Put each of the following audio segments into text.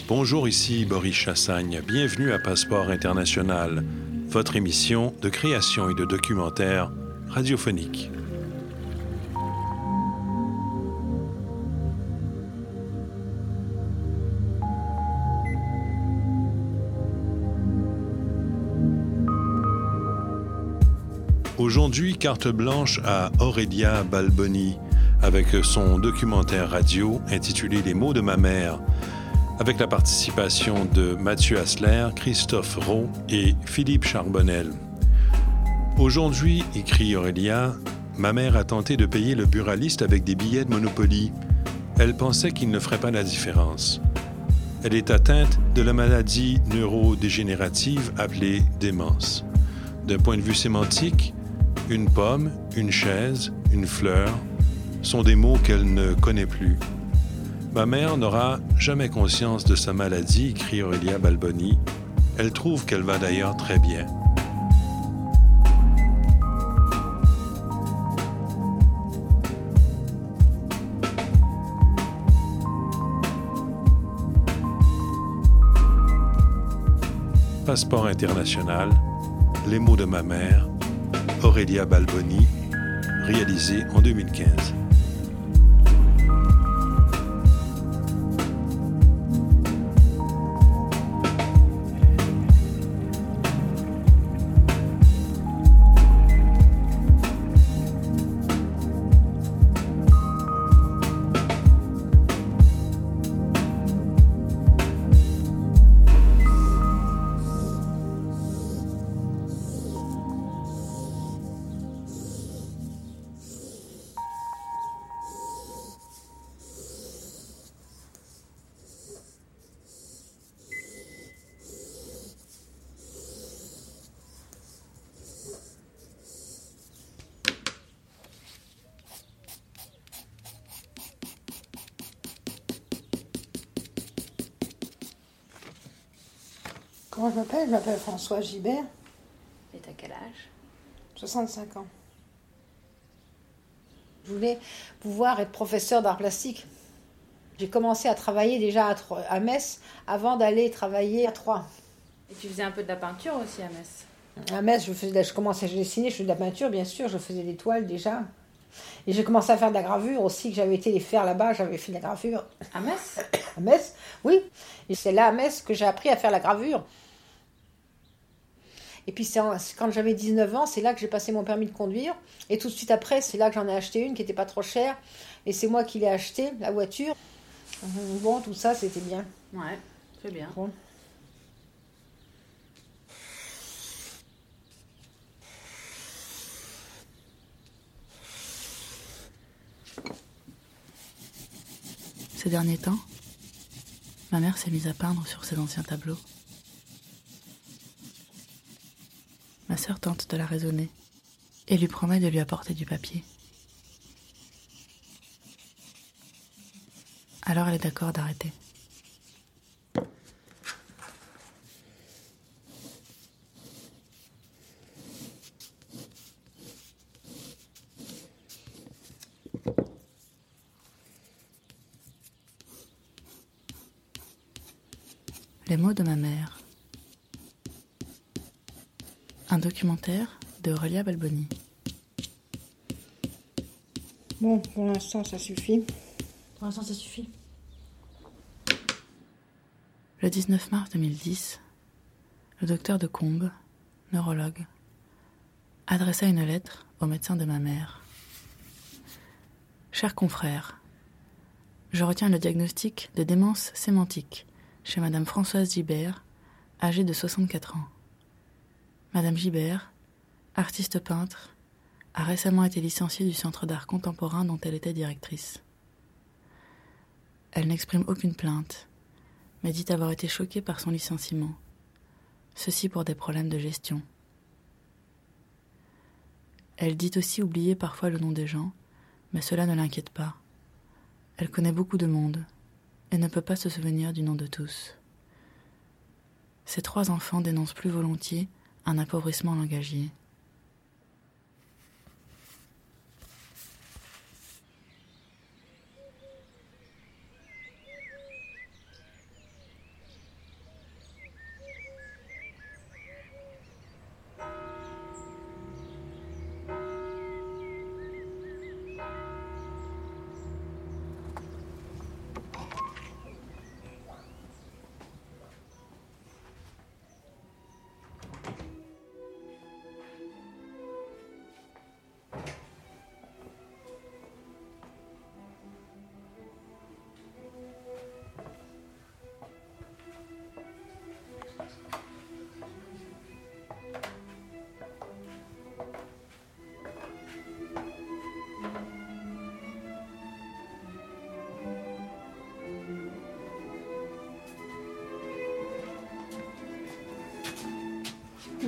Bonjour, ici Boris Chassagne. Bienvenue à Passeport International, votre émission de création et de documentaire radiophonique. Aujourd'hui, carte blanche à Aurélia Balboni avec son documentaire radio intitulé « Les mots de ma mère », avec la participation de Mathieu Hassler, Christophe Roux et Philippe Charbonnel. Aujourd'hui, écrit Aurélia, ma mère a tenté de payer le buraliste avec des billets de Monopoly. Elle pensait qu'il ne ferait pas la différence. Elle est atteinte de la maladie neurodégénérative appelée démence. D'un point de vue sémantique, une pomme, une chaise, une fleur sont des mots qu'elle ne connaît plus. Ma mère n'aura jamais conscience de sa maladie, écrit Aurélia Balboni. Elle trouve qu'elle va d'ailleurs très bien. Passeport international, Les mots de ma mère, Aurélia Balboni, réalisé en 2015. Comment je m'appelle ? Je m'appelle François Gibert. Et t'as quel âge ? 65 ans. Je voulais pouvoir être professeur d'art plastique. J'ai commencé à travailler déjà à Metz avant d'aller travailler à Troyes. Et tu faisais un peu de la peinture aussi à Metz ? À Metz, je commençais à dessiner, je faisais de la peinture, bien sûr, je faisais des toiles déjà. Et j'ai commencé à faire de la gravure aussi, que j'avais été les faire là-bas, j'avais fait de la gravure. À Metz ? À Metz, oui. Et c'est là à Metz que j'ai appris à faire la gravure. Et puis c'est quand j'avais 19 ans, c'est là que j'ai passé mon permis de conduire. Et tout de suite après, c'est là que j'en ai acheté une qui n'était pas trop chère. Et c'est moi qui l'ai achetée, la voiture. Bon, tout ça, c'était bien. Ouais, c'est bien. Bon. Ces derniers temps, ma mère s'est mise à peindre sur ses anciens tableaux. Ma sœur tente de la raisonner et lui promet de lui apporter du papier. Alors elle est d'accord d'arrêter. Les mots de ma mère. Un documentaire de Aurélia Balboni. Bon, pour l'instant, ça suffit. Pour l'instant, ça suffit. Le 19 mars 2010, le docteur de Combes, neurologue, adressa une lettre au médecin de ma mère. Chers confrères, je retiens le diagnostic de démence sémantique chez Madame Françoise Gibert, âgée de 64 ans. Madame Gibert, artiste peintre, a récemment été licenciée du Centre d'art contemporain dont elle était directrice. Elle n'exprime aucune plainte, mais dit avoir été choquée par son licenciement. Ceci pour des problèmes de gestion. Elle dit aussi oublier parfois le nom des gens, mais cela ne l'inquiète pas. Elle connaît beaucoup de monde et ne peut pas se souvenir du nom de tous. Ses 3 enfants dénoncent plus volontiers un appauvrissement langagier.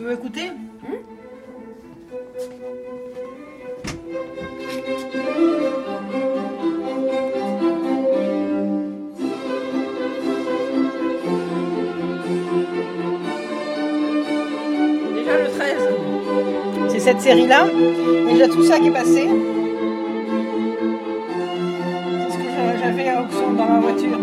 veux écouter? Déjà le 13. C'est cette série-là. Déjà tout ça qui est passé. C'est ce que j'avais à auction dans ma voiture.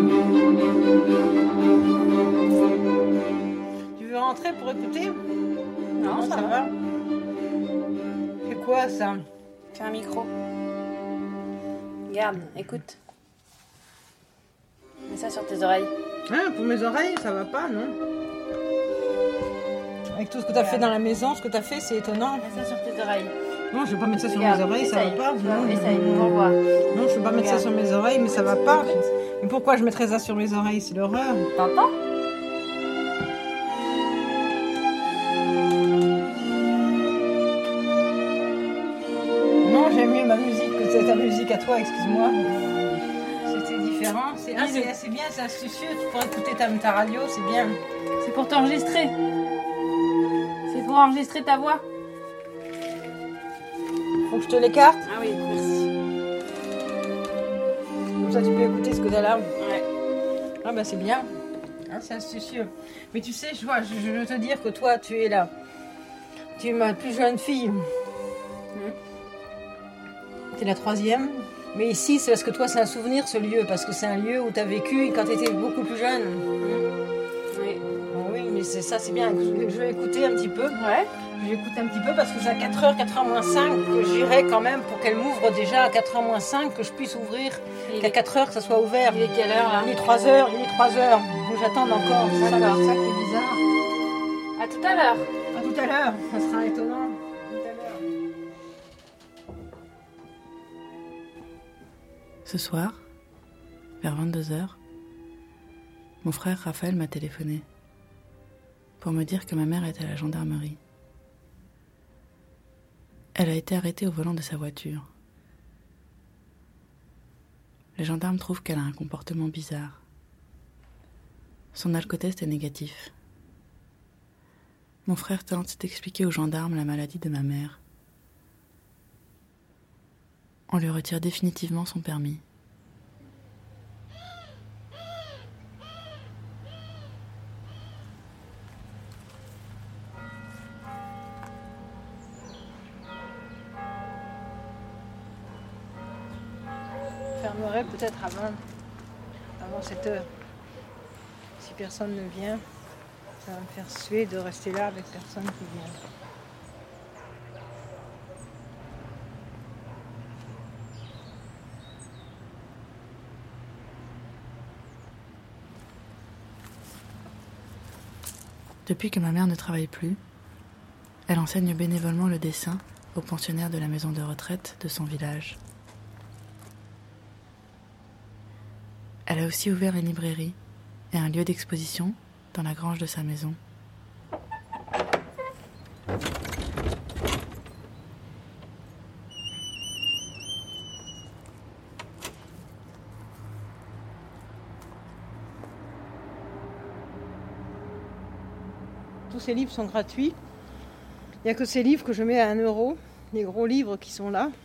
Tu veux rentrer pour écouter? Non, ça va. C'est quoi ça? Fais un micro. Regarde, écoute. Mets ça sur tes oreilles. Hein, pour mes oreilles, ça va pas, non? Avec tout ce que tu as fait dans la maison, ce que tu as fait, c'est étonnant. Mets ça sur tes oreilles. Non, je vais pas mettre ça sur Regarde, mes oreilles, ça va essaye. pas. Non, Essaye, nous renvoie. non, je vais pas mettre ça Regarde. sur mes oreilles, mais ça va pas. Mais pourquoi je mettrais ça sur mes oreilles? C'est l'horreur. T'entends? Non, j'aime mieux ma musique que c'est ta musique à toi, excuse-moi. C'était différent. C'est bien, c'est astucieux. Tu pourrais écouter ta radio, c'est bien. C'est pour t'enregistrer. C'est pour enregistrer ta voix. Faut que je te l'écarte. Ah oui, merci. Comme ça, tu peux écouter ce que tu as là. Ouais. Ah bah c'est bien. Ah, c'est astucieux. Mais tu sais, je veux te dire que toi, tu es là. Tu es ma plus jeune fille. Tu es la 3e. Mais ici, c'est parce que toi, c'est un souvenir, ce lieu. Parce que c'est un lieu où tu as vécu quand tu étais beaucoup plus jeune. Oui. Ah oui, mais c'est ça, c'est bien. Je vais écouter un petit peu. Ouais. Je vais écouter un petit peu parce que c'est à 4h, 4h moins 5 que j'irai quand même pour qu'elle m'ouvre déjà à 4h moins 5, que je puisse ouvrir. Qu'à 4h, que ça soit ouvert. Il est quelle heure là? Il est 3h, il est 3h. Donc j'attends encore. C'est ça, D'accord. c'est ça qui est bizarre. À tout à l'heure. À tout à l'heure, ça sera étonnant. Tout à l'heure. Ce soir, vers 22h, mon frère Raphaël m'a téléphoné pour me dire que ma mère est à la gendarmerie. Elle a été arrêtée au volant de sa voiture. Les gendarmes trouvent qu'elle a un comportement bizarre. Son alcotest est négatif. Mon frère tente d'expliquer aux gendarmes la maladie de ma mère. On lui retire définitivement son permis. Je fermerai peut-être avant 7h. Si personne ne vient, ça va me faire suer de rester là avec personne qui vient. Depuis que ma mère ne travaille plus, elle enseigne bénévolement le dessin aux pensionnaires de la maison de retraite de son village. Elle a aussi ouvert une librairie et un lieu d'exposition dans la grange de sa maison. Tous ces livres sont gratuits. Il n'y a que ces livres que je mets à 1 €, les gros livres qui sont là.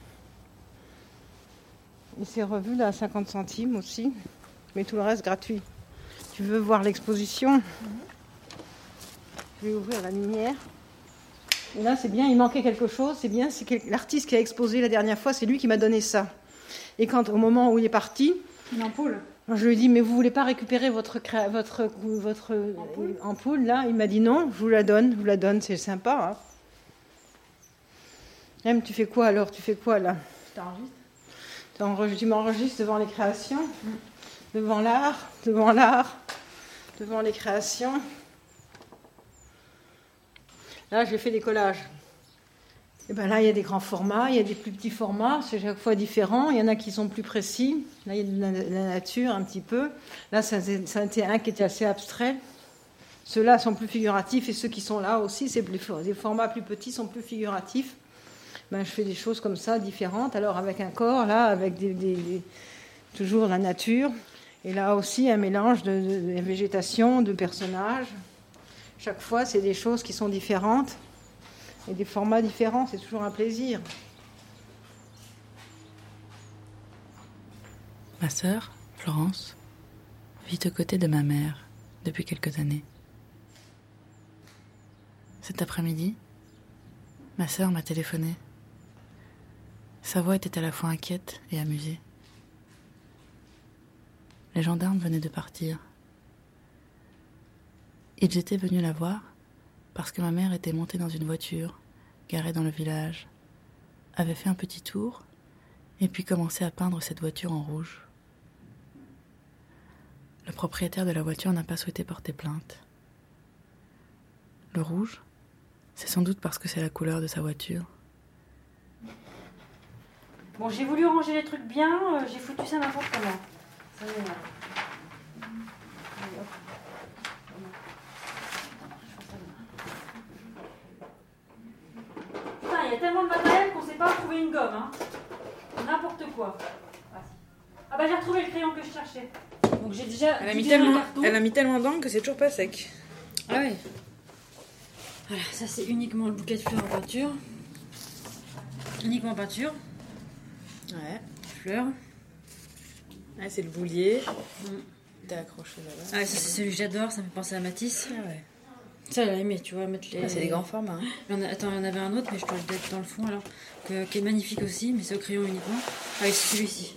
Et ces revues là à 50 centimes aussi, mais tout le reste gratuit. Tu veux voir l'exposition? Je vais ouvrir la lumière. Et là c'est bien, il manquait quelque chose, c'est bien, c'est que l'artiste qui a exposé la dernière fois, c'est lui qui m'a donné ça. Et quand au moment où il est parti, Une ampoule. je lui ai dit, mais vous voulez pas récupérer votre ampoule là? Il m'a dit non, je vous la donne, c'est sympa. Hein. Tu fais quoi alors? Tu fais quoi là? Je t'enregistre. Tu m'enregistres devant les créations, devant l'art, devant les créations. Là, j'ai fait des collages. Et ben là, il y a des grands formats, il y a des plus petits formats, c'est chaque fois différent. Il y en a qui sont plus précis. Là, il y a de la nature un petit peu. Là, ça a été un qui était assez abstrait. Ceux-là sont plus figuratifs et ceux qui sont là aussi, des formats plus petits sont plus figuratifs. Ben, je fais des choses comme ça, différentes. Alors avec un corps, là, avec toujours la nature. Et là aussi, un mélange de végétation, de personnages. Chaque fois, c'est des choses qui sont différentes. Et des formats différents, c'est toujours un plaisir. Ma sœur, Florence, vit aux côtés de ma mère depuis quelques années. Cet après-midi, ma sœur m'a téléphoné. Sa voix était à la fois inquiète et amusée. Les gendarmes venaient de partir. Ils étaient venus la voir parce que ma mère était montée dans une voiture, garée dans le village, avait fait un petit tour et puis commençait à peindre cette voiture en rouge. Le propriétaire de la voiture n'a pas souhaité porter plainte. Le rouge, c'est sans doute parce que c'est la couleur de sa voiture. Bon, j'ai voulu ranger les trucs bien, j'ai foutu ça n'importe comment. Ça m'énerve. Allez, hop. Putain, il y a tellement de matériel qu'on sait pas trouver une gomme, hein. N'importe quoi. Ah bah j'ai retrouvé le crayon que je cherchais. Donc j'ai déjà Elle a mis tellement d'encre que c'est toujours pas sec. Ah ouais. Voilà, ça c'est uniquement le bouquet de fleurs en peinture. Uniquement peinture. Ouais. Fleurs. Ouais, c'est le boulier. T'es accroché là-bas. Ah, ça c'est celui que j'adore, ça me fait penser à Matisse. Ah ouais. Ça, elle a aimé, tu vois, mettre les... Ah, c'est des grands formats. Hein. Attends, il y en avait un autre, mais je dois le mettre dans le fond alors, qui est magnifique aussi, mais c'est au crayon uniquement. Ah, et c'est celui-ci.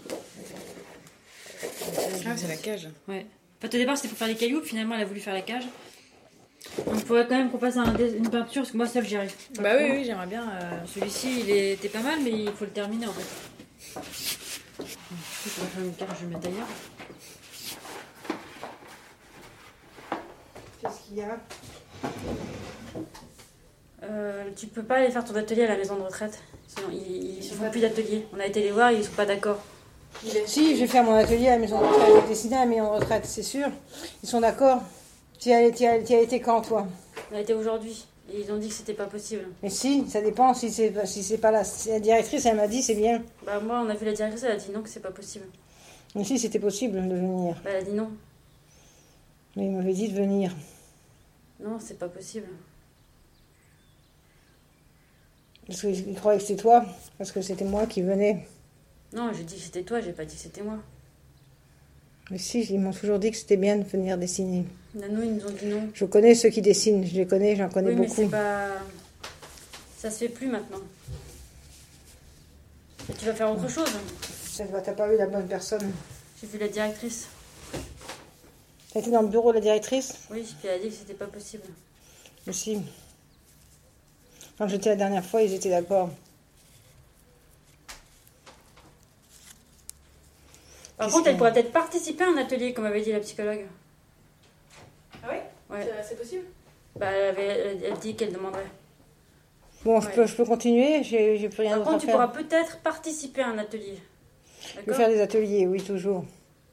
Ah, c'est la cage. Ouais. En fait, au départ, c'était pour faire les cailloux, puis finalement, elle a voulu faire la cage. Donc, il faudrait quand même qu'on fasse une peinture, parce que moi, seule, j'y arrive. Bah oui, j'aimerais bien. Celui-ci, il était pas mal, mais il faut le terminer en fait. Je vais faire une carte, je vais le mettre ailleurs. Qu'est-ce qu'il y a ? Tu peux pas aller faire ton atelier à la maison de retraite. Sinon, ils font plus d'atelier. On a été les voir, ils sont pas d'accord. Si, je vais faire mon atelier à la maison de retraite. Je vais dessiner à la maison de retraite, c'est sûr. Ils sont d'accord. Tu y as été quand, toi ? On a été aujourd'hui. Et ils ont dit que c'était pas possible. Mais si, ça dépend. Si c'est pas la directrice, elle m'a dit, c'est bien. Bah moi, on a vu la directrice, elle a dit non, que c'est pas possible. Mais si, c'était possible de venir. Bah elle a dit non. Mais il m'avait dit de venir. Non, c'est pas possible. Parce qu'il croyait que c'était toi. Parce que c'était moi qui venais. Non, j'ai dit que c'était toi, j'ai pas dit que c'était moi. Mais si, ils m'ont toujours dit que c'était bien de venir dessiner. Nous, ils nous ont dit non. Je connais ceux qui dessinent. Je les connais, j'en connais beaucoup. Mais c'est pas... Ça se fait plus maintenant. Et tu vas faire autre chose. T'as pas vu la bonne personne. J'ai vu la directrice. T'as été dans le bureau de la directrice ? Oui, puis elle a dit que c'était pas possible. Mais si. Quand j'étais la dernière fois, ils étaient d'accord. Par contre, elle pourrait peut-être participer à un atelier, comme avait dit la psychologue. Ah oui ? Ouais. C'est possible ? Bah, elle dit qu'elle demanderait. Bon, Ouais. je peux continuer, j'ai plus rien Par d'autre à contre, tu faire. pourras peut-être participer à un atelier. Je vais D'accord ? faire des ateliers, oui, toujours.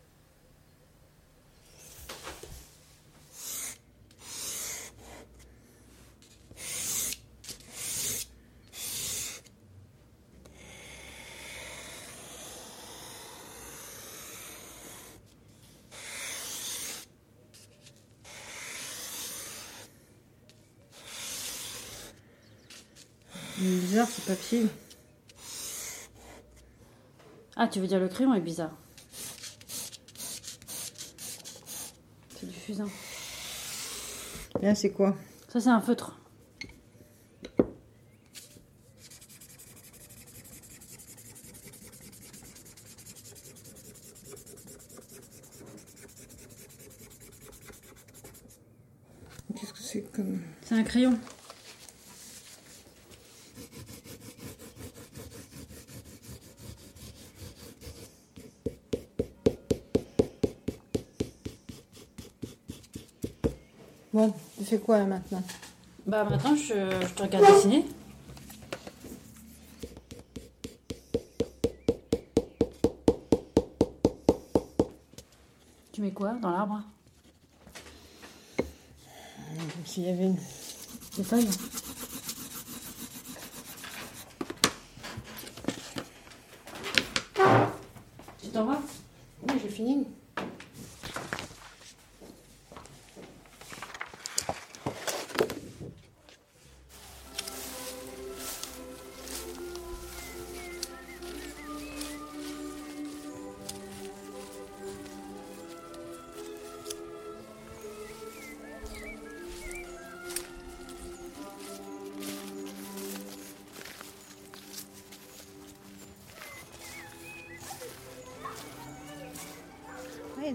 Il est bizarre ce papier. Ah, tu veux dire le crayon est bizarre. C'est du fusain. Là, c'est quoi ? Ça, c'est un feutre. Qu'est-ce que c'est comme... C'est un crayon. Bon, tu fais quoi là, maintenant ? Bah maintenant, je te regarde dessiner. Tu mets quoi dans l'arbre? Comme s'il y avait une... Des feuilles. Tu t'en vas? Oui, j'ai fini.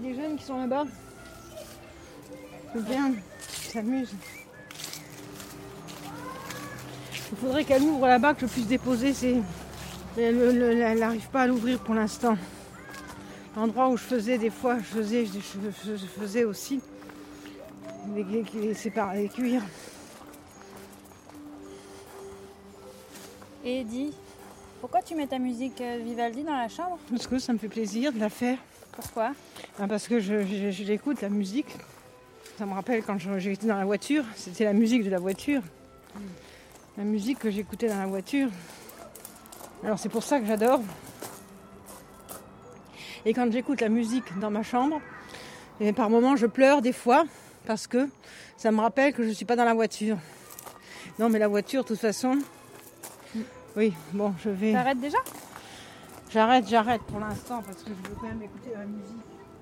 des jeunes qui sont là-bas. C'est bien, ils s'amusent. Il faudrait qu'elle ouvre là-bas, que je puisse déposer ces... Mais elle n'arrive pas à l'ouvrir pour l'instant. L'endroit où je faisais des fois, je faisais aussi les cuirs. Et dis, pourquoi tu mets ta musique Vivaldi dans la chambre? Parce que ça me fait plaisir de la faire. Pourquoi? Parce que je l'écoute, la musique. Ça me rappelle quand j'étais dans la voiture, c'était la musique de la voiture. La musique que j'écoutais dans la voiture. Alors c'est pour ça que j'adore. Et quand j'écoute la musique dans ma chambre, et par moments je pleure des fois parce que ça me rappelle que je ne suis pas dans la voiture. Non mais la voiture de toute façon... Oui, bon je vais... T'arrêtes déjà? J'arrête pour l'instant parce que je veux quand même écouter la musique.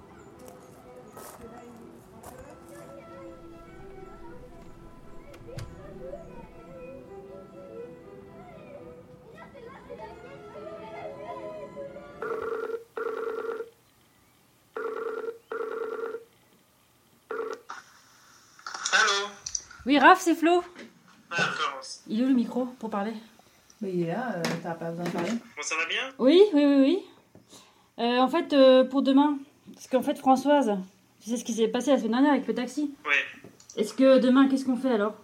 Allô? Oui, Raph, c'est Flo. Ah, commence. Il est où le micro pour parler? Il est là, t'as pas besoin de parler. Bon, ça va bien? Oui. En fait, pour demain, parce qu'en fait, Françoise, tu sais ce qui s'est passé la semaine dernière avec le taxi? Ouais. Est-ce que demain, qu'est-ce qu'on fait alors?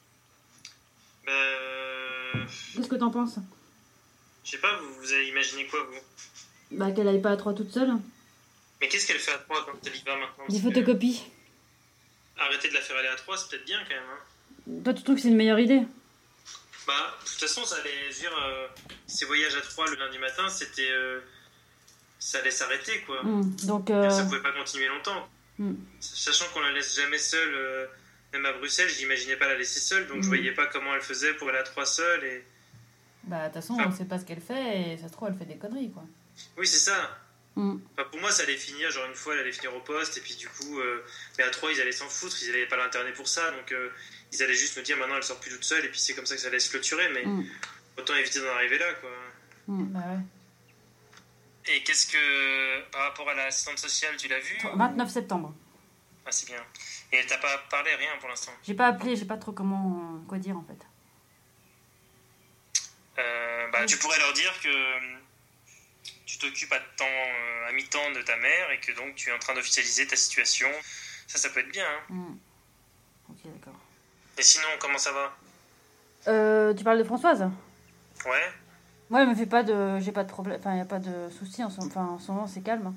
Qu'est-ce que t'en penses? Je sais pas, vous avez imaginé quoi, vous? Bah, qu'elle aille pas à 3 toute seule. Mais qu'est-ce qu'elle fait à 3 quand elle y va maintenant? Des photocopies. Arrêter de la faire aller à 3, c'est peut-être bien quand même, hein. Toi, tu trouves que c'est une meilleure idée? Bah, de toute façon, ça allait, je veux dire, ces voyages à 3 le lundi matin, c'était... ça allait s'arrêter, quoi. Donc, Ça pouvait pas continuer longtemps. Mm. Sachant qu'on la laisse jamais seule, même à Bruxelles, j'imaginais pas la laisser seule, donc je voyais pas comment elle faisait pour aller à 3 seule, et... Bah, de toute façon, on sait pas ce qu'elle fait et ça se trouve, elle fait des conneries, quoi. Oui, c'est ça. Mm. Enfin, pour moi, ça allait finir, genre une fois, elle allait finir au poste, et puis du coup, mais à 3, ils allaient s'en foutre, ils allaient pas l'interner pour ça, donc ils allaient juste me dire maintenant elle sort plus toute seule, et puis c'est comme ça que ça allait se clôturer, mais autant éviter d'en arriver là, quoi. Bah ouais. Et qu'est-ce que, par rapport à l'assistante sociale, tu l'as vue? 29 septembre. Ah, c'est bien. Et elle t'a pas parlé, rien pour l'instant? J'ai pas appelé, j'ai pas trop quoi dire en fait. Bah, tu pourrais leur dire que tu t'occupes à mi-temps de ta mère et que donc tu es en train d'officialiser ta situation. Ça peut être bien, hein. Ok, d'accord. Et sinon, comment ça va? Tu parles de Françoise? Ouais. Ouais, elle me fait pas de... J'ai pas de problème... Enfin, y a pas de soucis en ce moment, c'est calme.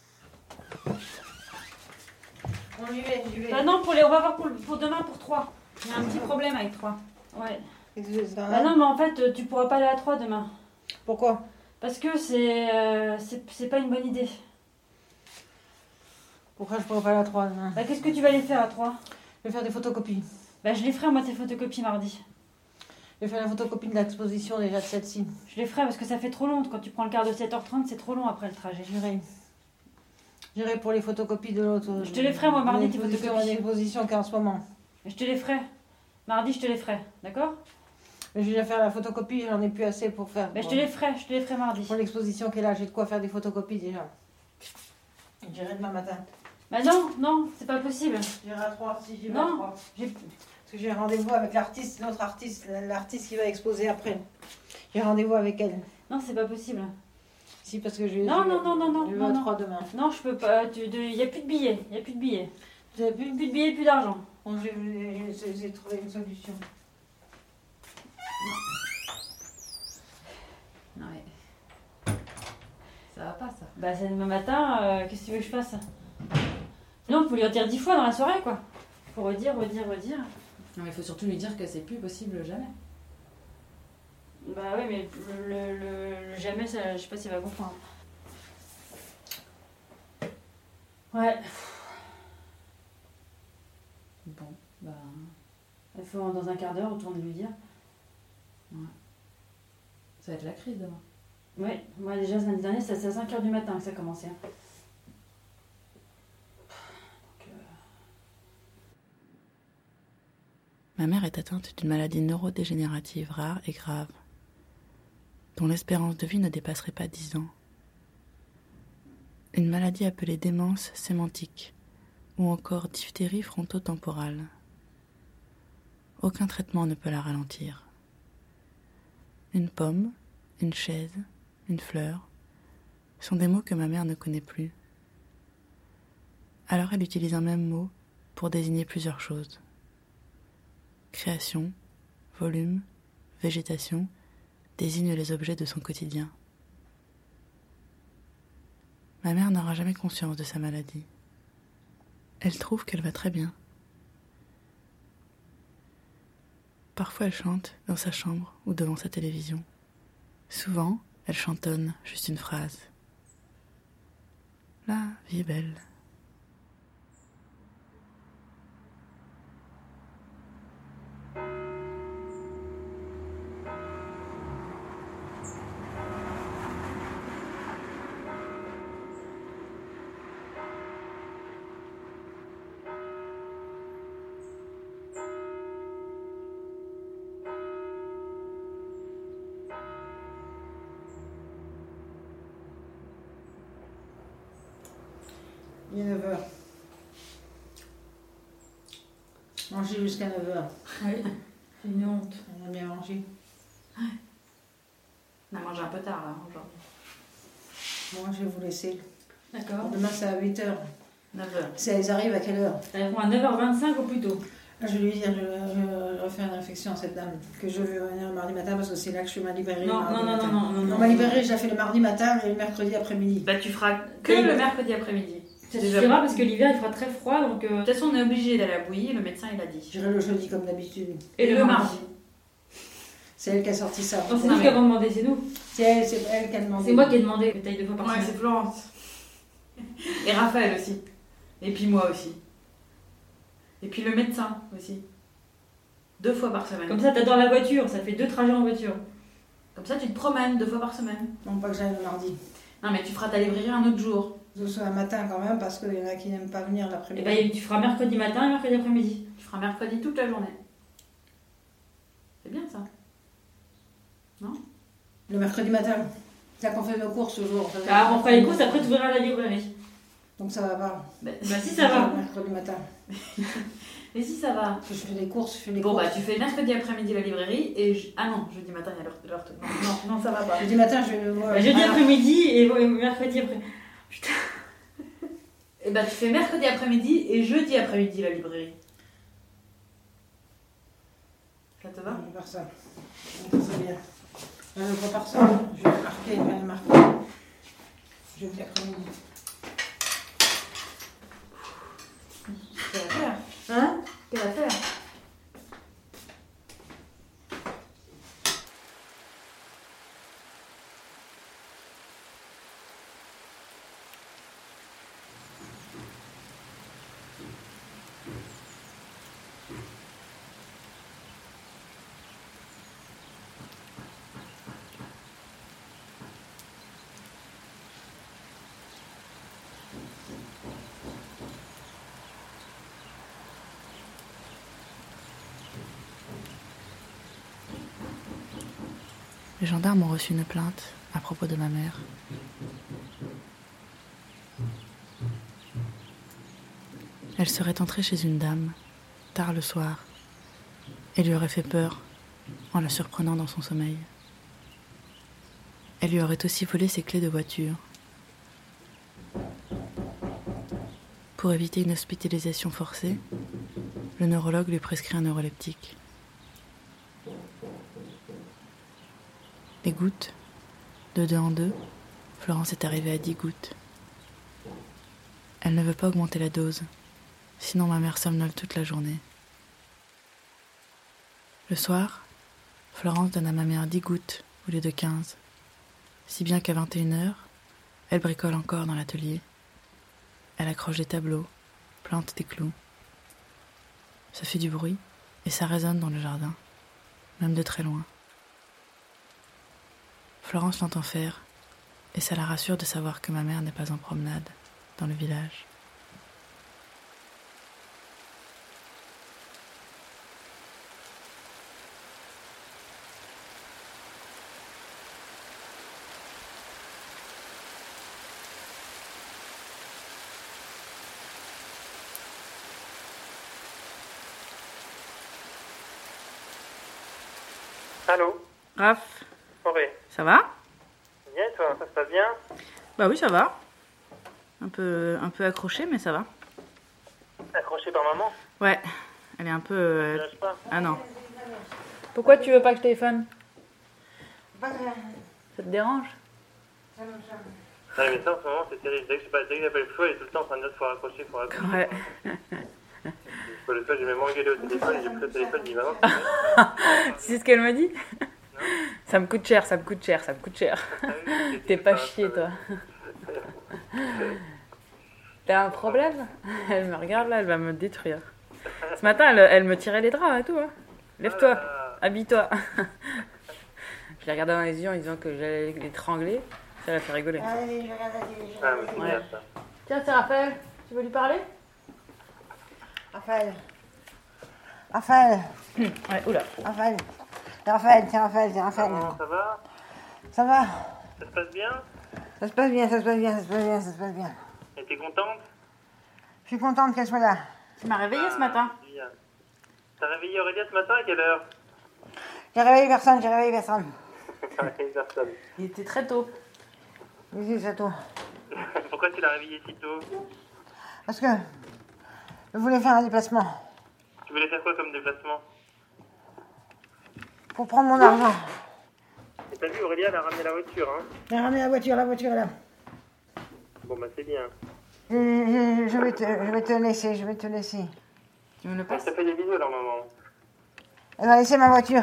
Bon, j'y vais. Bah non, on va voir pour demain pour 3. Il y a un petit problème avec 3. Ouais. Bah non, mais en fait, tu pourras pas aller à 3 demain. Pourquoi? Parce que c'est pas une bonne idée. Pourquoi je pourrais pas aller à 3 demain? Bah qu'est-ce que tu vas aller faire à 3? Je vais faire des photocopies. Bah je les ferai moi tes photocopies mardi. Je vais faire la photocopie de l'exposition déjà de celle-ci. Je les ferai parce que ça fait trop long. Quand tu prends le quart de 7h30, c'est trop long après le trajet. J'irai pour les photocopies de l'autre. Je te les ferai moi mardi tes photocopies. L'exposition qui est en ce moment. Je te les ferai. Mardi je te les ferai, d'accord? Mais je vais déjà faire la photocopie, j'en ai plus assez pour faire. Mais je te les ferai mardi. Pour l'exposition qui est là, j'ai de quoi faire des photocopies déjà. J'irai demain matin. Bah non, c'est pas possible. J'irai à 3 si j'y vais Non, à 3. Parce que j'ai rendez-vous avec l'artiste qui va exposer après. J'ai rendez-vous avec elle. Non, c'est pas possible. Si, parce que je vais Non. à 3 demain. Non, je peux pas. Il y a plus de billets. Vous avez plus Plus de billets, plus d'argent. Bon, j'ai trouvé une solution. Non, mais... Ça va pas, ça. Bah, c'est demain matin, qu'est-ce que tu veux que je fasse? Non, faut lui en dire 10 fois dans la soirée, quoi. Faut redire. Non, mais il faut surtout lui dire que c'est plus possible jamais. Bah oui, mais le jamais, ça, je sais pas s'il va comprendre. Ouais. Bon, bah... Il faut dans un quart d'heure retourner lui dire. Ouais. Ça va être la crise demain. Ouais, moi déjà, samedi dernier, c'est à 5h du matin que ça a commencé. Ma mère est atteinte d'une maladie neurodégénérative rare et grave, dont l'espérance de vie ne dépasserait pas 10 ans. une maladie appelée démence sémantique, ou encore diphtérie frontotemporale. Aucun traitement ne peut la ralentir. Une pomme, une chaise, une fleur sont des mots que ma mère ne connaît plus. Alors elle utilise un même mot pour désigner plusieurs choses. Création, volume, végétation désignent les objets de son quotidien. Ma mère n'aura jamais conscience de sa maladie. Elle trouve qu'elle va très bien. Parfois elle chante dans sa chambre ou devant sa télévision. Souvent, elle chantonne juste une phrase. La vie est belle. Il est 9h. Manger jusqu'à 9h. Oui, c'est une honte. On a bien mangé. On a mangé un peu tard là aujourd'hui. Moi, je vais vous laisser. D'accord. Demain, c'est à 8h. 9h. Ils arrivent à quelle heure? Elles vont à 9h25 au plus tôt. Je vais lui dire, je refais une réflexion à cette dame, que je vais venir le mardi matin parce que c'est là que je fais ma librairie. Non, ma librairie, je la fais le mardi matin et le mercredi après-midi. Bah, tu feras Que le mercredi après-midi. Ça suffira parce que l'hiver il fera très froid donc. De toute façon, on est obligé d'aller à Bouilly, le médecin il a dit. J'irai le jeudi comme d'habitude. Et le mardi. C'est elle qui a sorti ça. Non, c'est nous qui avons demandé, c'est nous. C'est elle qui a demandé. C'est moi qui ai demandé que tu ailles 2 fois par Ouais, semaine. c'est Florence. Et Raphaël aussi. Et puis moi aussi. Et puis le médecin aussi. 2 fois par semaine. Comme ça, t'adores la voiture, ça fait 2 trajets en voiture. Comme ça, tu te promènes 2 fois par semaine. Non, pas que j'aille le mardi. Non, mais tu feras ta librairie un autre jour. Ce soit un matin quand même parce qu'il y en a qui n'aiment pas venir Et l'après-midi. ben tu feras mercredi matin et mercredi après-midi. Tu feras mercredi toute la journée. C'est bien ça. Le mercredi matin. C'est là qu'on fait nos courses toujours. Alors on fera les courses, après tu ouvriras la librairie. Donc ça va pas. Bah si ça va. Mercredi matin. Et si ça va. Je fais des courses, je fais des Bon, courses. bah tu fais mercredi après-midi la librairie et. Ah non, jeudi matin il y a l'heure. Non, ça va pas. Jeudi matin, je vais le voir. Bah, jeudi après-midi et mercredi après. Putain. Et bah tu fais mercredi après-midi et jeudi après-midi la librairie. Ça te va? Je vais faire ça. C'est bien. Je prépare ça. Je vais le marquer. Jeudi après-midi. Quelle affaire? Hein? Quelle affaire? Les gendarmes ont reçu une plainte à propos de ma mère. Elle serait entrée chez une dame, tard le soir, et lui aurait fait peur en la surprenant dans son sommeil. Elle lui aurait aussi volé ses clés de voiture. Pour éviter une hospitalisation forcée, le neurologue lui prescrit un neuroleptique. Les gouttes, de 2 en 2, Florence est arrivée à 10 gouttes. Elle ne veut pas augmenter la dose, sinon ma mère somnole toute la journée. Le soir, Florence donne à ma mère 10 gouttes au lieu de 15, si bien qu'à 21h, elle bricole encore dans l'atelier. Elle accroche des tableaux, plante des clous. Ça fait du bruit et ça résonne dans le jardin, même de très loin. Florence l'entend faire, et ça la rassure de savoir que ma mère n'est pas en promenade dans le village. Allô? Raph, Auré. ça va? Bien, toi, ça se passe bien? Bah oui, ça va. Un peu accroché, mais ça va. Accroché par maman? Ouais, elle est un peu... Je lâche pas. Ah non. Pourquoi tu veux pas que je téléphone? Ça te dérange? Non, mais ça, en ce moment, c'est terrible. Dès que j'appelle le choix, il est tout le temps en train de dire faut raccrocher, faut raccrocher. Ouais. Pour le fois, j'ai même engueulé au téléphone et j'ai pris le téléphone, j'ai dit maman, Tu sais ce qu'elle m'a dit? Ça me coûte cher, ça me coûte cher, ça me coûte cher. T'es pas chier, toi. T'as un problème? Elle me regarde là, elle va me détruire. Ce matin, elle me tirait les draps et tout. Hein. Lève-toi, habille-toi. Je l'ai regardé dans les yeux en disant que j'allais l'étrangler. Ça l'a fait rigoler. Ah, mais c'est bien ça. Tiens, c'est Raphaël. Tu veux lui parler? Raphaël. Ouais, oula. Raphaël, c'est Raphaël. Maman, ça va? Ça va? Ça se passe bien? Ça se passe bien. Et t'es contente? Je suis contente qu'elle soit là. Tu m'as réveillée ce matin. Bien. T'as réveillé Aurélia ce matin à quelle heure? J'ai réveillé personne. T'as réveillé personne. Il était très tôt. Oui, c'est tout. Pourquoi tu l'as réveillé si tôt? Parce que je voulais faire un déplacement Tu voulais faire quoi comme déplacement? pour prendre mon argent. Et t'as vu, Aurélia, elle a ramené la voiture, hein? J'ai ramené la voiture est là. Bon, bah c'est bien. Je vais te laisser. Tu me le On passes? te fait des bisous, alors, maman. Elle va laisser ma voiture.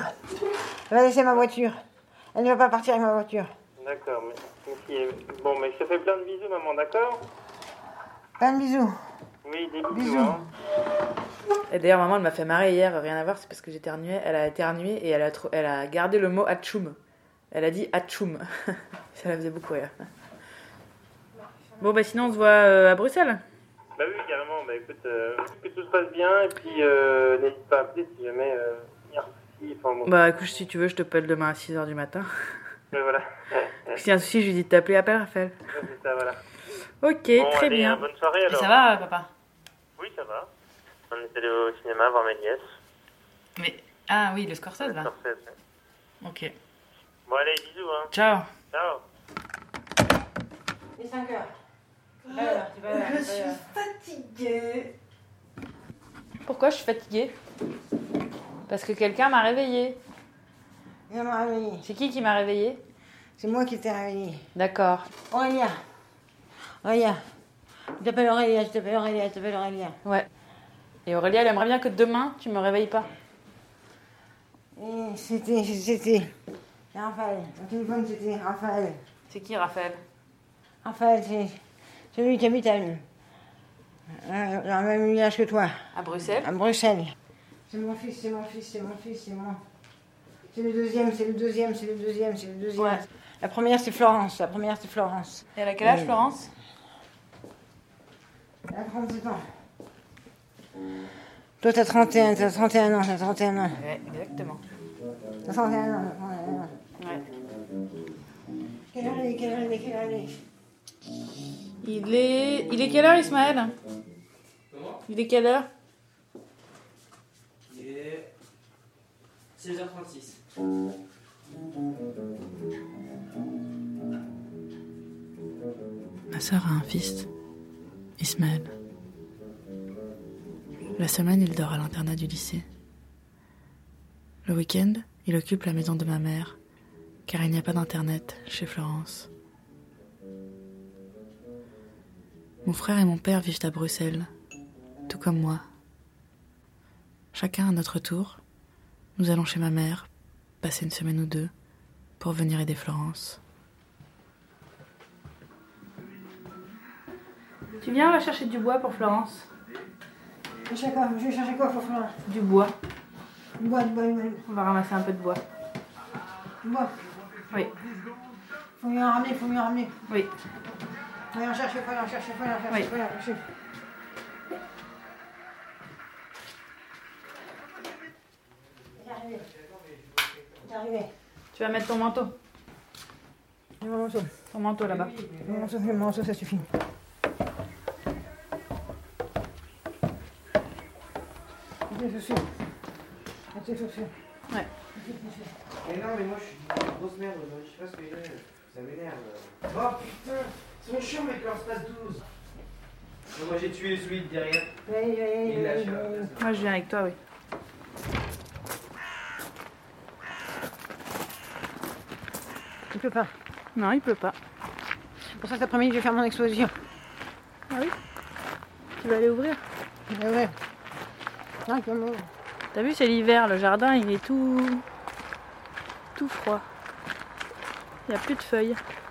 Elle ne va pas partir avec ma voiture. D'accord, mais bon, mais je te fais plein de bisous, maman, d'accord? Plein de bisous. Oui, des bisous, Bisous. hein. Et d'ailleurs, maman, elle m'a fait marrer hier, rien à voir, c'est parce que j'éternuais. Elle a éternué et elle a gardé le mot atchoum. Elle a dit atchoum. Ça la faisait beaucoup rire. Bon, bah sinon, on se voit à Bruxelles. Bah oui, carrément. Bah écoute, que tout se passe bien, et puis n'hésite pas à appeler si jamais il y a un souci. Enfin, bon. Bah écoute, si tu veux, je te pelle demain à 6h du matin. Mais voilà. Si y a un souci, je lui dis de t'appeler, appelle Raphaël. C'est ça, voilà. Ok, Bon, très allez, bien. bonne soirée, Et alors. ça va, papa? Oui, ça va. On est allé au cinéma voir mes nièces. Mais... Ah oui, le Scorsese, là. Scorsese. Ok. Bon, allez, bisous, hein. Ciao. Ciao. Il est 5 heures. Je suis fatiguée. Pourquoi je suis fatiguée? Parce que quelqu'un m'a réveillée. Il m'a réveillée. C'est qui m'a réveillée? C'est moi qui t'ai réveillée. D'accord. Aurélia. Je t'appelle Aurélia. Ouais. Et Aurélia, elle aimerait bien que demain, tu me réveilles pas. Et c'était Raphaël. Mon téléphone, c'était Raphaël. C'est qui, Raphaël? Raphaël, c'est celui qui habite dans le même village que toi, À Bruxelles? à Bruxelles. C'est mon fils. C'est le deuxième. Ouais. La première, c'est Florence. Et elle a quel âge, Florence? Elle a 37 ans. Toi, t'as 31 ans. Ouais, exactement. T'as 31 ans. Ouais. Quelle heure elle est Il est quelle heure, Ismaël? Comment? Il est quelle heure? Il est 16h36. Ma sœur a un fils, Ismaël. La semaine, il dort à l'internat du lycée. Le week-end, il occupe la maison de ma mère, car il n'y a pas d'internet chez Florence. Mon frère et mon père vivent à Bruxelles, tout comme moi. Chacun à notre tour, nous allons chez ma mère, passer une semaine ou deux, pour venir aider Florence. Tu viens, on va chercher du bois pour Florence. Je vais chercher quoi pour Florence? Du bois. Du bois. On va ramasser un peu de bois. Du bois. Oui. Faut mieux en ramener. Oui. Faut en chercher. Oui. J'arrivais. Tu vas mettre ton manteau. Mon manteau. Ton manteau là-bas. Mon manteau, ça suffit. Tes chaussures. Ouais. Mais non, mais moi je suis une grosse merde aujourd'hui, je sais pas ce que j'ai, ça m'énerve. Oh putain, ils sont chiants avec leur space 12. Moi j'ai tué celui de derrière. Il lâche. Moi je viens avec toi, oui. Il peut pas. Non, il pleut pas. C'est pour ça que cet après-midi, je vais faire mon exposition. Ah oui? Tu vas aller ouvrir? Ouais. Ah, comment... T'as vu, c'est l'hiver, le jardin il est tout froid. Il n'y a plus de feuilles.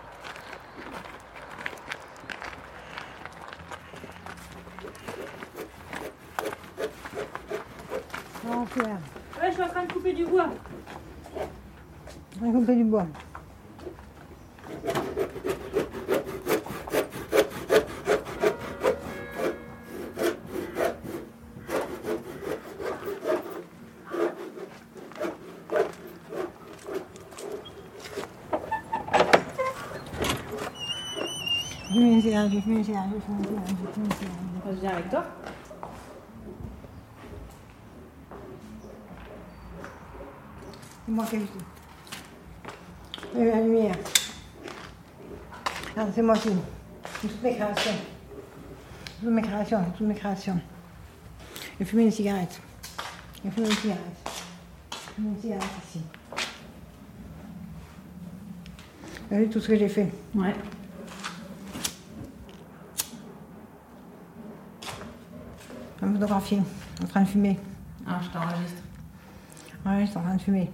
Oh, Pierre. Ouais, je suis en train de couper du bois. On va couper du bois. Je viens avec toi. C'est moi qui ai vu. La lumière. Ah, c'est moi qui. Toutes mes créations. Toutes mes créations. J'ai fumé une cigarette. J'ai fumé une cigarette ici. Vous avez vu tout ce que j'ai fait? Ouais. Un photographier, en train de fumer. Ah, je t'enregistre. Ouais, je suis en train de fumer.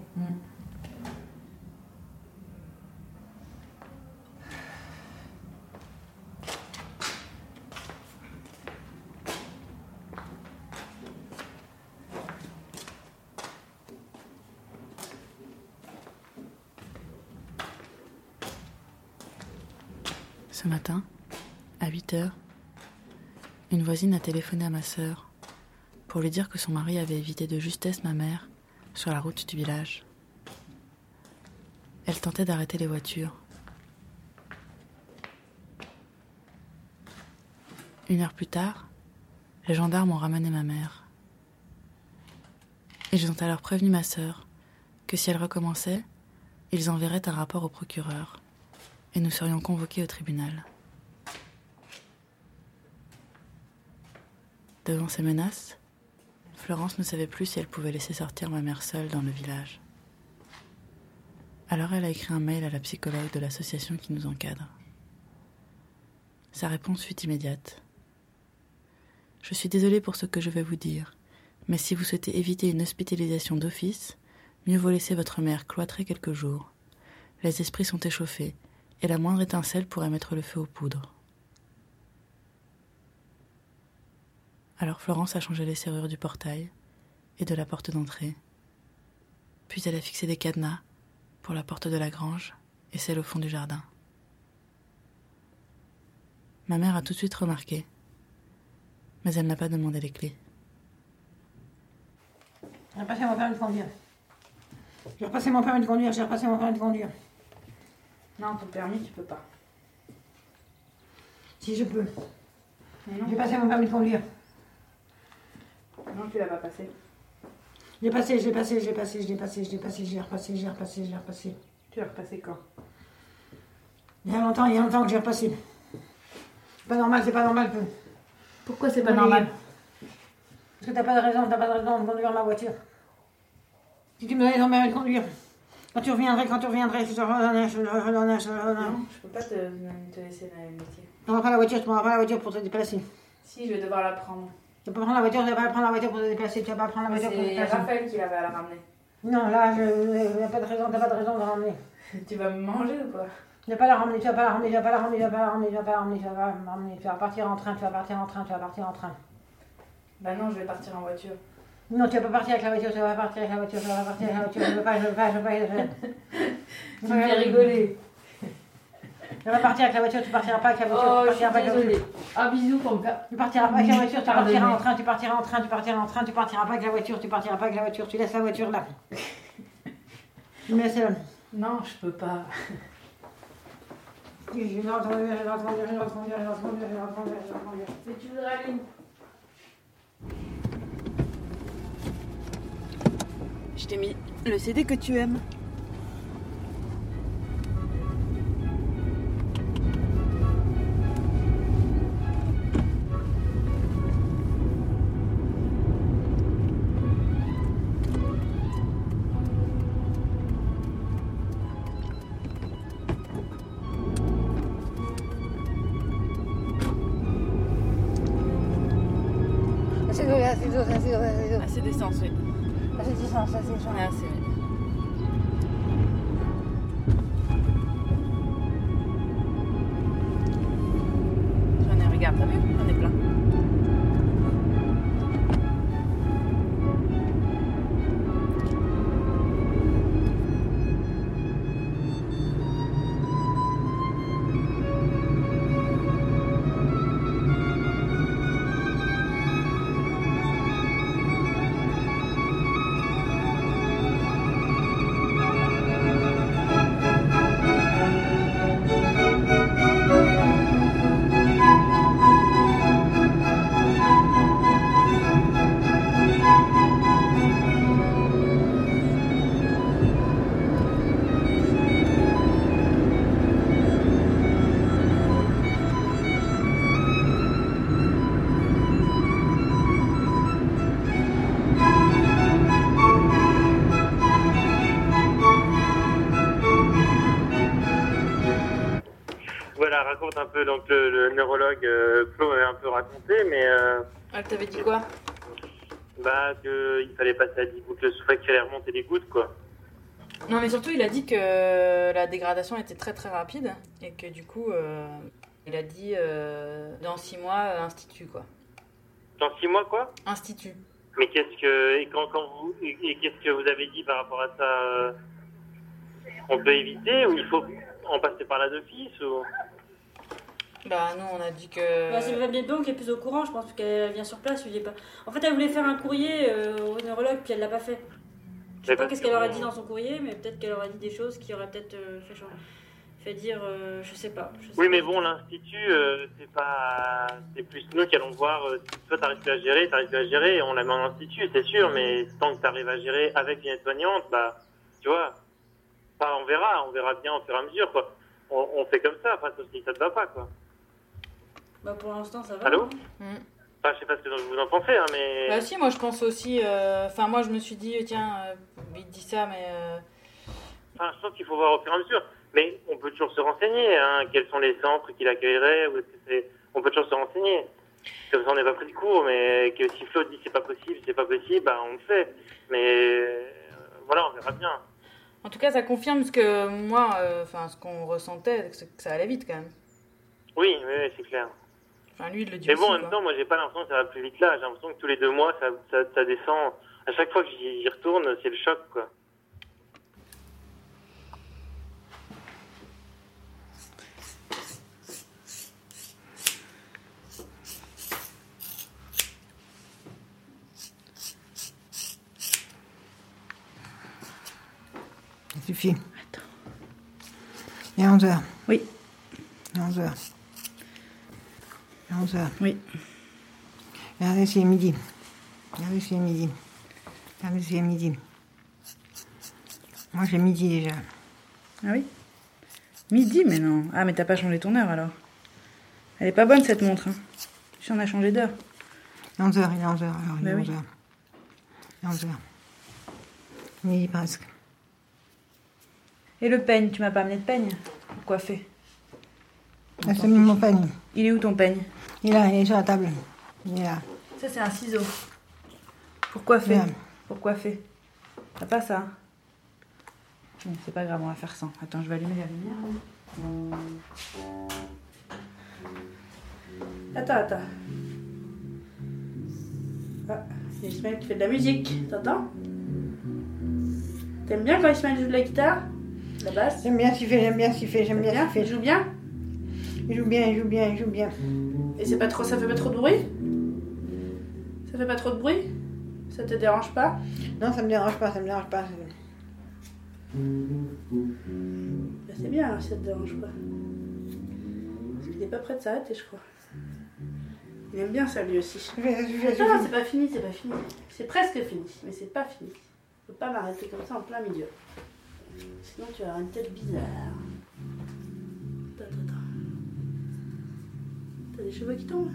Ce matin, à 8h, une voisine a téléphoné à ma sœur pour lui dire que son mari avait évité de justesse ma mère sur la route du village. Elle tentait d'arrêter les voitures. 1 heure plus tard, les gendarmes ont ramené ma mère. Ils ont alors prévenu ma sœur que si elle recommençait, ils enverraient un rapport au procureur et nous serions convoqués au tribunal. Devant ces menaces, Florence ne savait plus si elle pouvait laisser sortir ma mère seule dans le village. Alors elle a écrit un mail à la psychologue de l'association qui nous encadre. Sa réponse fut immédiate. « Je suis désolée pour ce que je vais vous dire, mais si vous souhaitez éviter une hospitalisation d'office, mieux vaut laisser votre mère cloîtrer quelques jours. Les esprits sont échauffés, et la moindre étincelle pourrait mettre le feu aux poudres. » Alors Florence a changé les serrures du portail et de la porte d'entrée. Puis elle a fixé des cadenas pour la porte de la grange et celle au fond du jardin. Ma mère a tout de suite remarqué, mais elle n'a pas demandé les clés. J'ai repassé mon permis de conduire. J'ai repassé mon permis de conduire. Non, ton permis, tu peux pas. Si je peux. Mais non. J'ai passé mon permis de conduire. Non, tu l'as pas passé. Je l'ai repassé. Tu l'as repassé quand? Il y a longtemps que j'ai repassé. C'est pas normal que... Pourquoi c'est pas normal? Parce que t'as pas de raison de conduire ma voiture. Si tu me donnais ton permis de conduire, quand tu reviendrais, je te redonnais. Non, je peux pas te laisser le métier. Tu n'auras pas la voiture pour te déplacer. Si, je vais devoir la prendre. Tu vas pas prendre la voiture, pour te déplacer. C'est Raphaël qui va la ramener. Non, là, il n'y a pas de raison, t'as pas de raison de la ramener. Tu vas me manger ou quoi? Tu vas pas la ramener. Tu vas partir en train. Bah non, je vais partir en voiture. Non, tu vas pas partir avec la voiture, Je veux pas. Tu me fais rigoler. Tu vas partir avec la voiture, tu partiras pas avec la voiture. Oh, je suis désolée. Un bisou pour me faire. Tu partiras pas avec la voiture, tu partiras en train, tu partiras pas avec la voiture, tu laisses la voiture là. Tu me laisses là. Non, je peux pas. Je vais reconduire. Mais tu voudrais aller où? Je t'ai mis le CD que tu aimes. Assez d'essence, oui. Assez d'essence, J'en ai assez, oui. J'en ai, regarde, t'as vu? J'en ai plein. Voilà, raconte un peu, donc le neurologue Flo m'avait un peu raconté, mais Elle t'avait dit quoi? bah qu'il fallait passer à 10 gouttes le souffle, qu'il fallait remonter les gouttes, quoi. Non, mais surtout, il a dit que la dégradation était très très rapide et que du coup, il a dit dans 6 mois, institut, quoi. Dans 6 mois, quoi? Institut. Mais qu'est-ce que qu'est-ce que vous avez dit par rapport à ça? On peut éviter ou il faut en passer par là d'office ou... Bah, nous, on a dit que. Bah, c'est Mme Biedon qui est plus au courant, je pense qu'elle vient sur place. Lui, il est pas... En fait, elle voulait faire un courrier au neurologue, puis elle l'a pas fait. Je sais pas qu'est-ce qu'elle aurait dit dans son courrier, mais peut-être qu'elle aurait dit des choses qui auraient peut-être fait dire, je sais pas. Oui, mais bon, l'institut, c'est plus nous qui allons voir si toi t'arrives plus à gérer, et on la met en institut, c'est sûr, mais tant que t'arrives à gérer avec une aide-soignante, bah, tu vois, on verra bien au fur et à mesure, quoi. On fait comme ça, enfin, sauf si ça te va pas, quoi. Bah, pour l'instant, ça va. Allô? Mm. Enfin, je sais pas ce que vous en pensez, hein, mais... Bah, si, moi, je pense aussi. Enfin, moi, je me suis dit, tiens, il dit ça, mais. Enfin, je pense qu'il faut voir au fur et à mesure. Mais on peut toujours se renseigner, hein, quels sont les centres qui l'accueilleraient, ou est-ce que c'est... On peut toujours se renseigner. Comme ça, on n'est pas pris de cours, mais que si Flo dit c'est pas possible, bah, on le fait. Mais voilà, on verra bien. En tout cas, ça confirme ce que moi, enfin, ce qu'on ressentait, que ça allait vite quand même. Oui, c'est clair. Enfin, lui, il le dit mais aussi. Mais bon, en même temps, moi, j'ai pas l'impression que ça va plus vite là. J'ai l'impression que tous les 2 mois, ça descend. À chaque fois que j'y retourne, c'est le choc, quoi. Ça suffit. Attends. Il est 11h. Oui. Il est 11h. Il est 11h. Oui. Regardez, c'est midi. Regardez, c'est midi. Regardez, c'est midi. Moi, j'ai midi déjà. Ah oui? Midi, mais non. Ah, mais t'as pas changé ton heure alors. Elle est pas bonne cette montre. Hein. Si on a changé d'heure. Il est 11h, il est 11h. Alors, il est Bah 11h. oui. Il est 11h. Midi presque. Et le peigne, tu m'as pas amené de peigne pour coiffer? Ah, c'est mon peigne. Il est où ton peigne? Il est sur la table. Il est là. Ça, c'est un ciseau. Pour coiffer. Bien. Pour coiffer. T'as pas ça? Bon, c'est pas grave, on va faire sans. Attends, je vais allumer la lumière. Attends. Ah, c'est Ismaël qui fait de la musique, t'entends? T'aimes bien quand Ismaël joue de la guitare? La basse? J'aime bien ce qu'il fait, j'aime bien ce qu'il fait, j'aime bien ce qu'il Il fait. joue bien? Il joue bien, il joue bien, il joue bien. Et c'est pas trop, ça fait pas trop de bruit? Ça fait pas trop de bruit? Ça te dérange pas? Non, ça me dérange pas, ça me dérange pas. Bah, c'est bien alors si ça te dérange pas. Parce qu'il est pas prêt de s'arrêter, je crois. Il aime bien ça lui aussi. Non, c'est pas fini, c'est pas fini. C'est presque fini, mais c'est pas fini. Je peux pas m'arrêter comme ça en plein milieu. Sinon tu vas avoir une tête bizarre. Attends. T'as des cheveux qui tombent?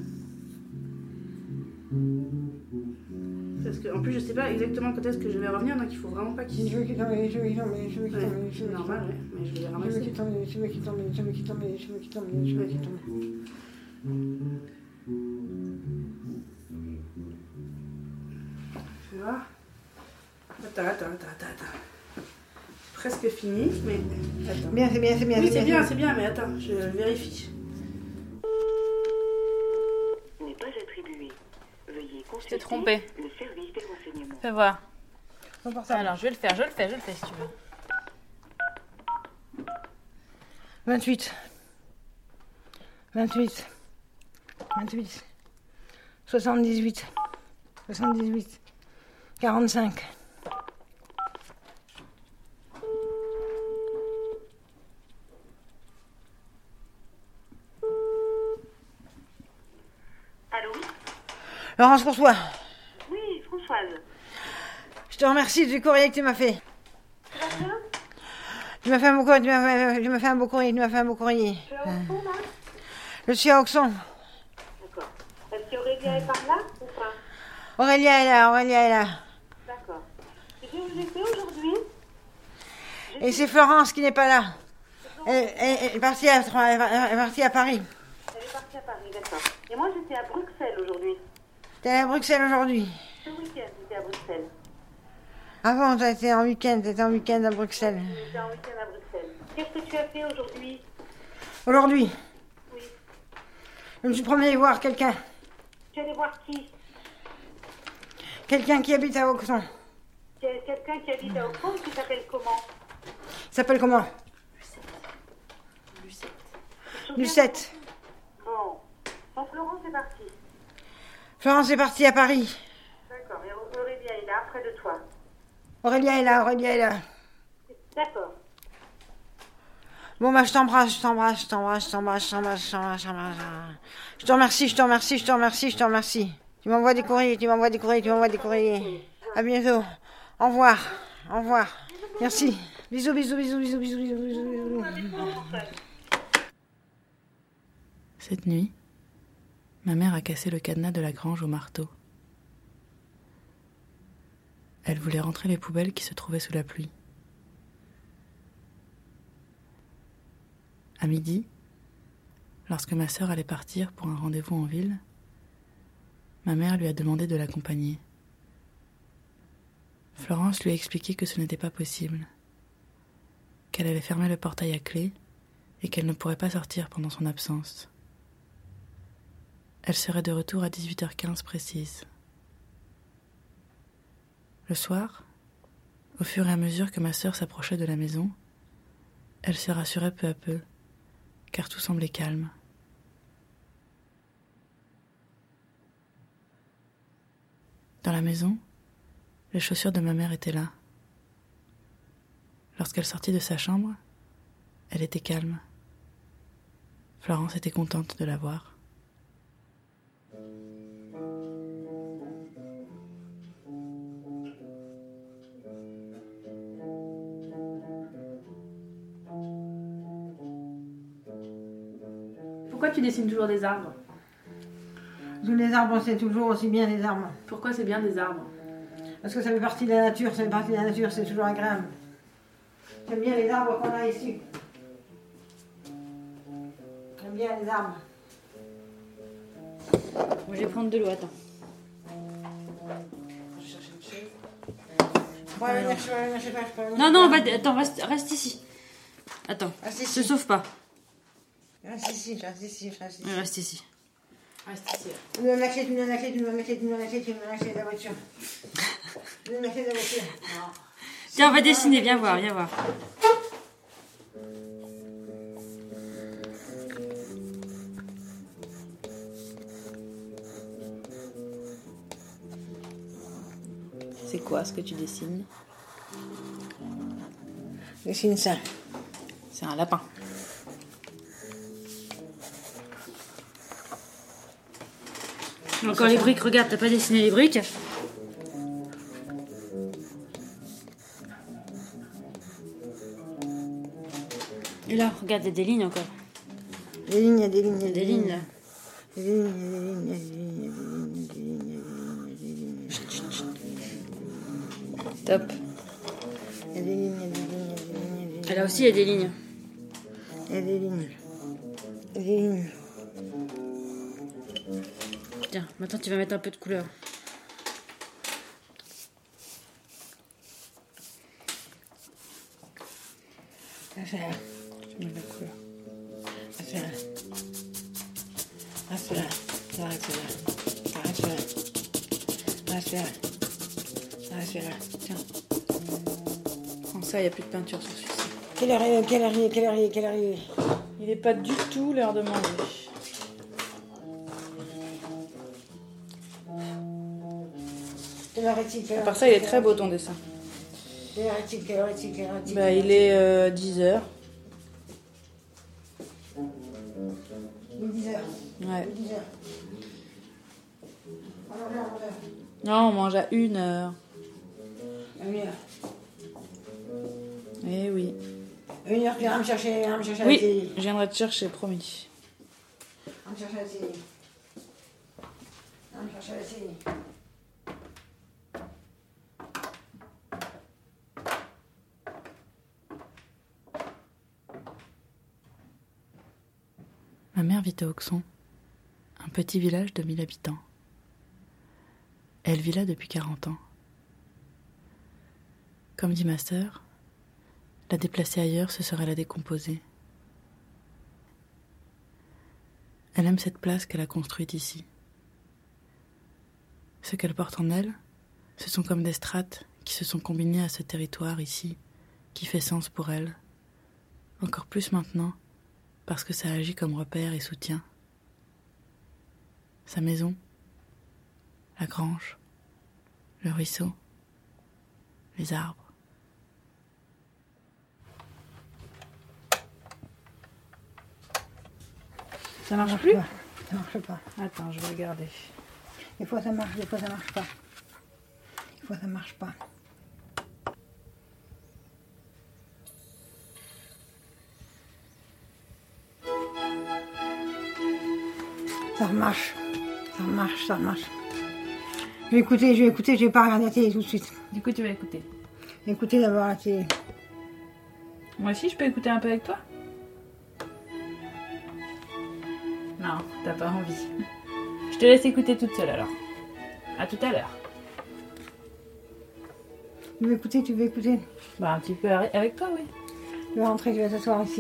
Parce que en plus je sais pas exactement quand est-ce que je vais revenir, donc il faut vraiment pas qu'il... Les cheveux qui tombent, les cheveux qui tombent, les cheveux qui tombent, les C'est cheveux qui normal, tombent. ouais, mais je vais les Les cheveux ramasser. qui tombent, les cheveux qui tombent, les cheveux qui tombent, les cheveux qui tombent, les cheveux qui tombent. Tu vois? Attends. Presque fini, mais attends. Bien, c'est bien, c'est bien. Oui, c'est bien, mais attends, je vérifie. N'est pas attribué. Veuillez Je consulter t'ai trompé. le service des renseignements. Fais voir. Ton portable. Alors, je vais le faire si tu veux. 28. 78. 45. Allô? Laurence, pour toi. Oui, Françoise. Je te remercie du courrier que tu m'as fait. Tu vas bien? Tu m'as fait un beau courrier. Tu m'as fait un beau courrier. Tu es à Auxon, là? Je suis à Auxon. D'accord. Est-ce qu'Aurélia est par là ou pas? Aurélia est là. D'accord. Et que vous êtes fait aujourd'hui? Et c'est Florence qui n'est pas là. Elle est partie à Paris. Elle est partie à Paris, d'accord. Et moi, j'étais à Bruxelles aujourd'hui. T'es à Bruxelles aujourd'hui. Ce week-end, j'étais à Bruxelles. Avant, t'étais en week-end à Bruxelles. J'étais en week-end à Bruxelles. Qu'est-ce que tu as fait aujourd'hui? Aujourd'hui, Oui. je me suis promenée voir quelqu'un. Tu es allé voir qui? Quelqu'un qui habite à Auxon. Quelqu'un qui habite à Auxon qui s'appelle comment? Il s'appelle comment? Lucette. Bon. Donc Florence est partie. Florence est partie à Paris. D'accord. Et Aurélia est là, près de toi. Aurélia est là. D'accord. Bon, bah, je t'embrasse. Je te remercie. Tu m'envoies des courriers. À bientôt. Au revoir. Merci. Bisous. Cette nuit, ma mère a cassé le cadenas de la grange au marteau. Elle voulait rentrer les poubelles qui se trouvaient sous la pluie. À midi, lorsque ma sœur allait partir pour un rendez-vous en ville, ma mère lui a demandé de l'accompagner. Florence lui a expliqué que ce n'était pas possible, qu'elle avait fermé le portail à clé et qu'elle ne pourrait pas sortir pendant son absence. Elle serait de retour à 18h15 précise. Le soir, au fur et à mesure que ma sœur s'approchait de la maison, elle se rassurait peu à peu, car tout semblait calme. Dans la maison, les chaussures de ma mère étaient là. Lorsqu'elle sortit de sa chambre, elle était calme. Florence était contente de la voir. Pourquoi tu dessines toujours des arbres? Les arbres, c'est toujours aussi bien des arbres. Pourquoi c'est bien des arbres? Parce que ça fait partie de la nature, c'est toujours agréable. J'aime bien les arbres qu'on a ici. J'aime bien les arbres. Moi, je vais prendre de l'eau, attends. Je cherche une chaise. Non, reste ici. Attends, te sauve pas. Reste ici. Reste ici. Reste ici. Tu me donnes la clé de la voiture. Tiens, on va dessiner, viens voir. C'est quoi ce que tu dessines? Je dessine ça. C'est un lapin. Encore les briques, regarde, t'as pas dessiné les briques? Et là, regarde, il y a des lignes encore. Il y a des lignes. Il y a des lignes là. Top. Il y a des lignes. Et là aussi, il y a des lignes. Tiens, maintenant tu vas mettre un peu de couleur. c'est là. Je mets la couleur. C'est là. C'est là. Arrête, c'est là. Arrête, c'est là. Arrête, c'est là. Arrête, c'est là. Tiens. Prends ça, il n'y a plus de peinture sur celui-ci. Quelle heure est il? Il n'est pas du tout l'heure de manger. Quelle heure est-il? À part ça, il est très beau ton dessin. Quelle heure est-il? Bah, il est 10h. Il est 10h. Ouais. 10h. Non, on mange à 1h. À 1h. Eh oui. 1h, tu viens me chercher la Oui, télé. je viendrai te chercher, promis. Viens me chercher la télé. Viens me chercher la télé. Ma mère vit à Auxon, un petit village de 1000 habitants. Elle vit là depuis 40 ans. Comme dit ma sœur, la déplacer ailleurs, ce serait la décomposer. Elle aime cette place qu'elle a construite ici. Ce qu'elle porte en elle, ce sont comme des strates qui se sont combinées à ce territoire ici, qui fait sens pour elle. Encore plus maintenant, parce que ça agit comme repère et soutien. Sa maison, la grange, le ruisseau, les arbres. Ça marche plus? Ça marche pas. Attends, je vais regarder. Des fois ça marche, des fois ça marche pas. Des fois ça marche pas. Ça marche. Je vais écouter, je vais pas regarder la télé tout de suite. Du coup, tu vas écouter. Écoutez d'abord la télé. Moi aussi, je peux écouter un peu avec toi? Non, t'as pas envie. Je te laisse écouter toute seule alors. À tout à l'heure. Tu veux écouter. Bah, un petit peu avec toi, oui. Tu vas rentrer, tu vas t'asseoir ici.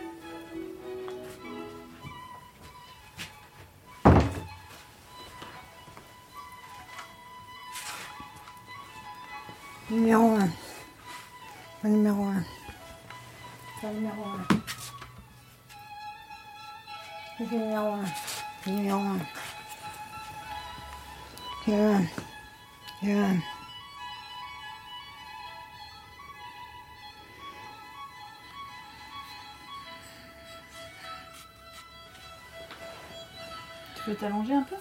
Numéro 1. Pas numéro 1. Pas numéro 1. C'est numéro 1. C'est numéro 1. C'est 1. C'est 1. Tu peux t'allonger un peu?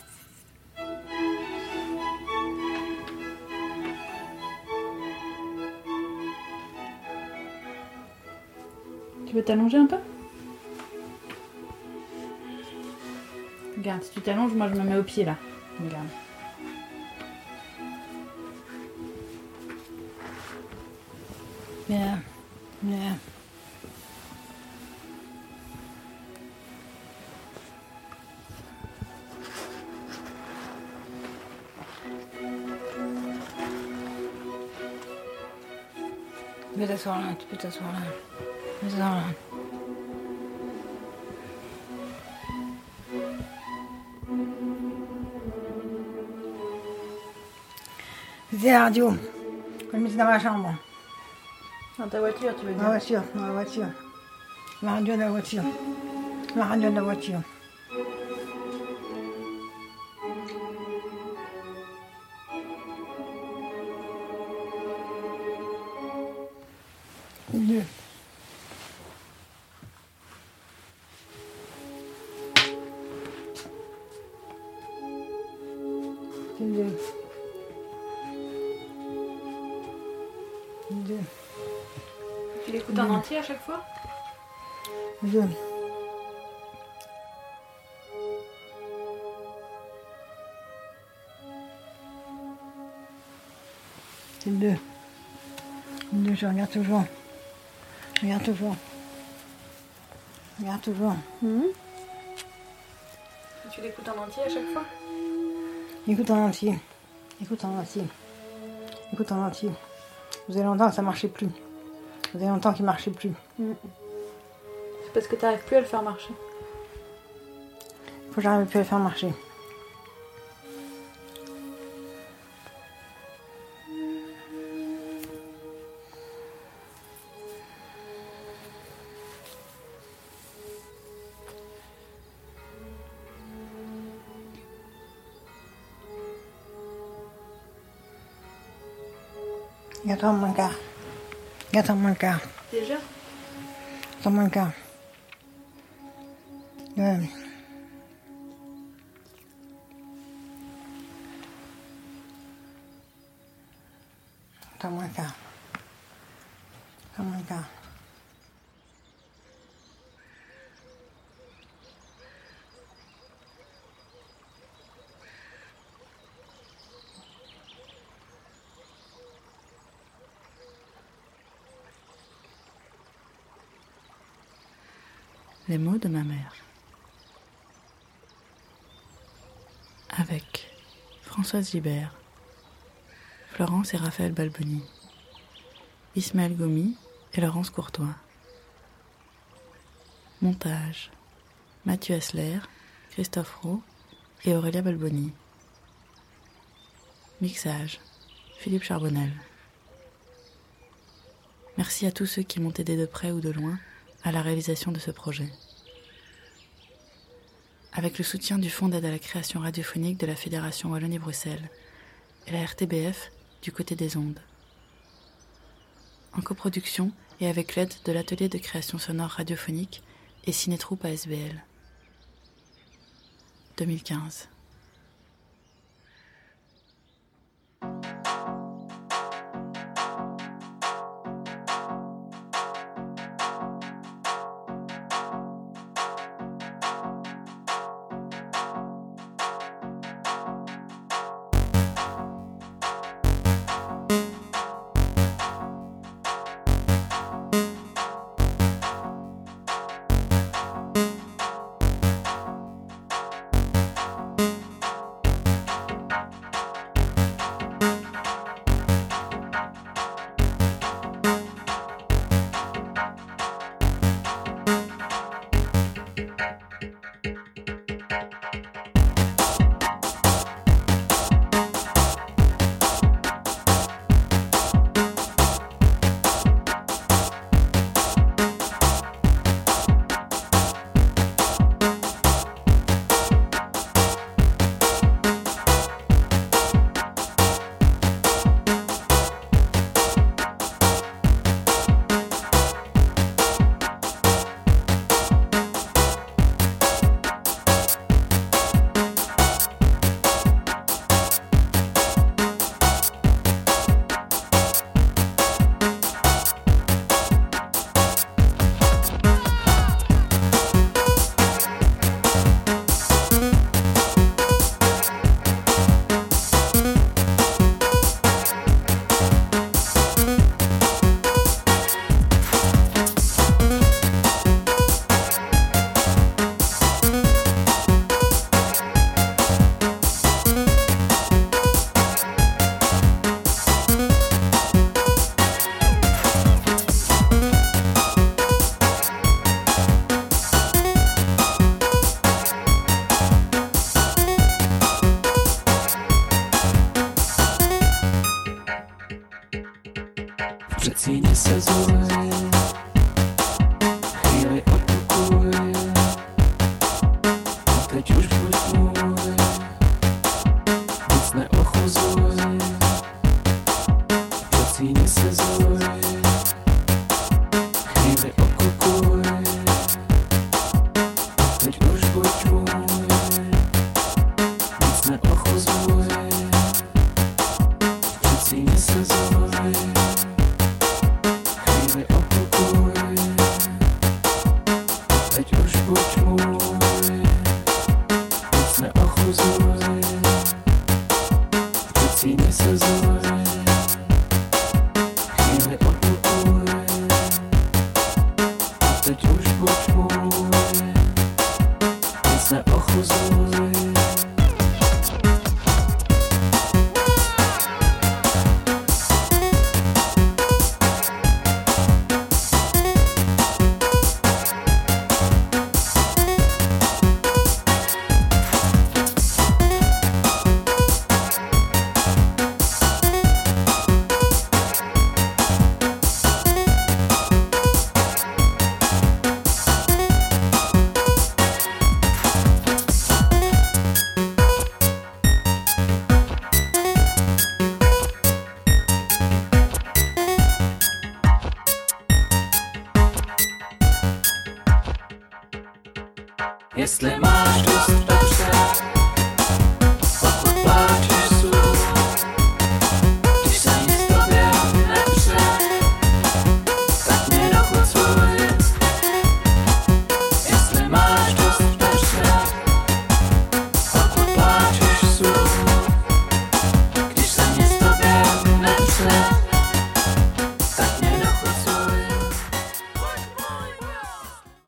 Tu veux t'allonger un peu? Regarde, si tu t'allonges, moi je me mets au pied là. Regarde. Bien. Bien. Tu peux t'asseoir là, tu peux t'asseoir là. Tu peux t'asseoir là. C'était la radio. Je le mettais dans ma chambre. Dans ta voiture, tu veux dire? Dans la voiture. La radio de la voiture. La radio de la voiture. Deux. C'est deux. Deux. Tu l'écoutes en entier à chaque fois? Deux. C'est deux. Deux, je regarde toujours. Regarde toujours. Regarde toujours. Tu l'écoutes en entier à chaque fois? Écoute en entier. Écoute en entier. Écoute en entier. Vous avez longtemps que ça marchait plus. Vous avez longtemps qu'il marchait plus. C'est parce que tu n'arrives plus à le faire marcher. Faut que j'arrive plus à le faire marcher. Attends mon gars. Attends mon gars. Déjà? Attends mon gars. Ouais. Attends mon gars. Attends mon gars. Les mots de ma mère. Avec Françoise Gibert, Florence et Raphaël Balboni, Ismaël Gomi et Laurence Courtois. Montage, Mathieu Asler, Christophe Roux et Aurélia Balboni. Mixage, Philippe Charbonnel. Merci à tous ceux qui m'ont aidé de près ou de loin à la réalisation de ce projet. Avec le soutien du Fonds d'aide à la création radiophonique de la Fédération Wallonie-Bruxelles et la RTBF du côté des ondes. En coproduction et avec l'aide de l'atelier de création sonore radiophonique et Cinétroupe ASBL. 2015. Přecíně se zluje, chvíli odpukuje, a teď už buď můj, nic neochuzuje. Přecíně se zluje, chvíli odpukuje, a teď už buď můj, nic neochuzuje. Přecíně se zluje. Jestli máš dost dobře,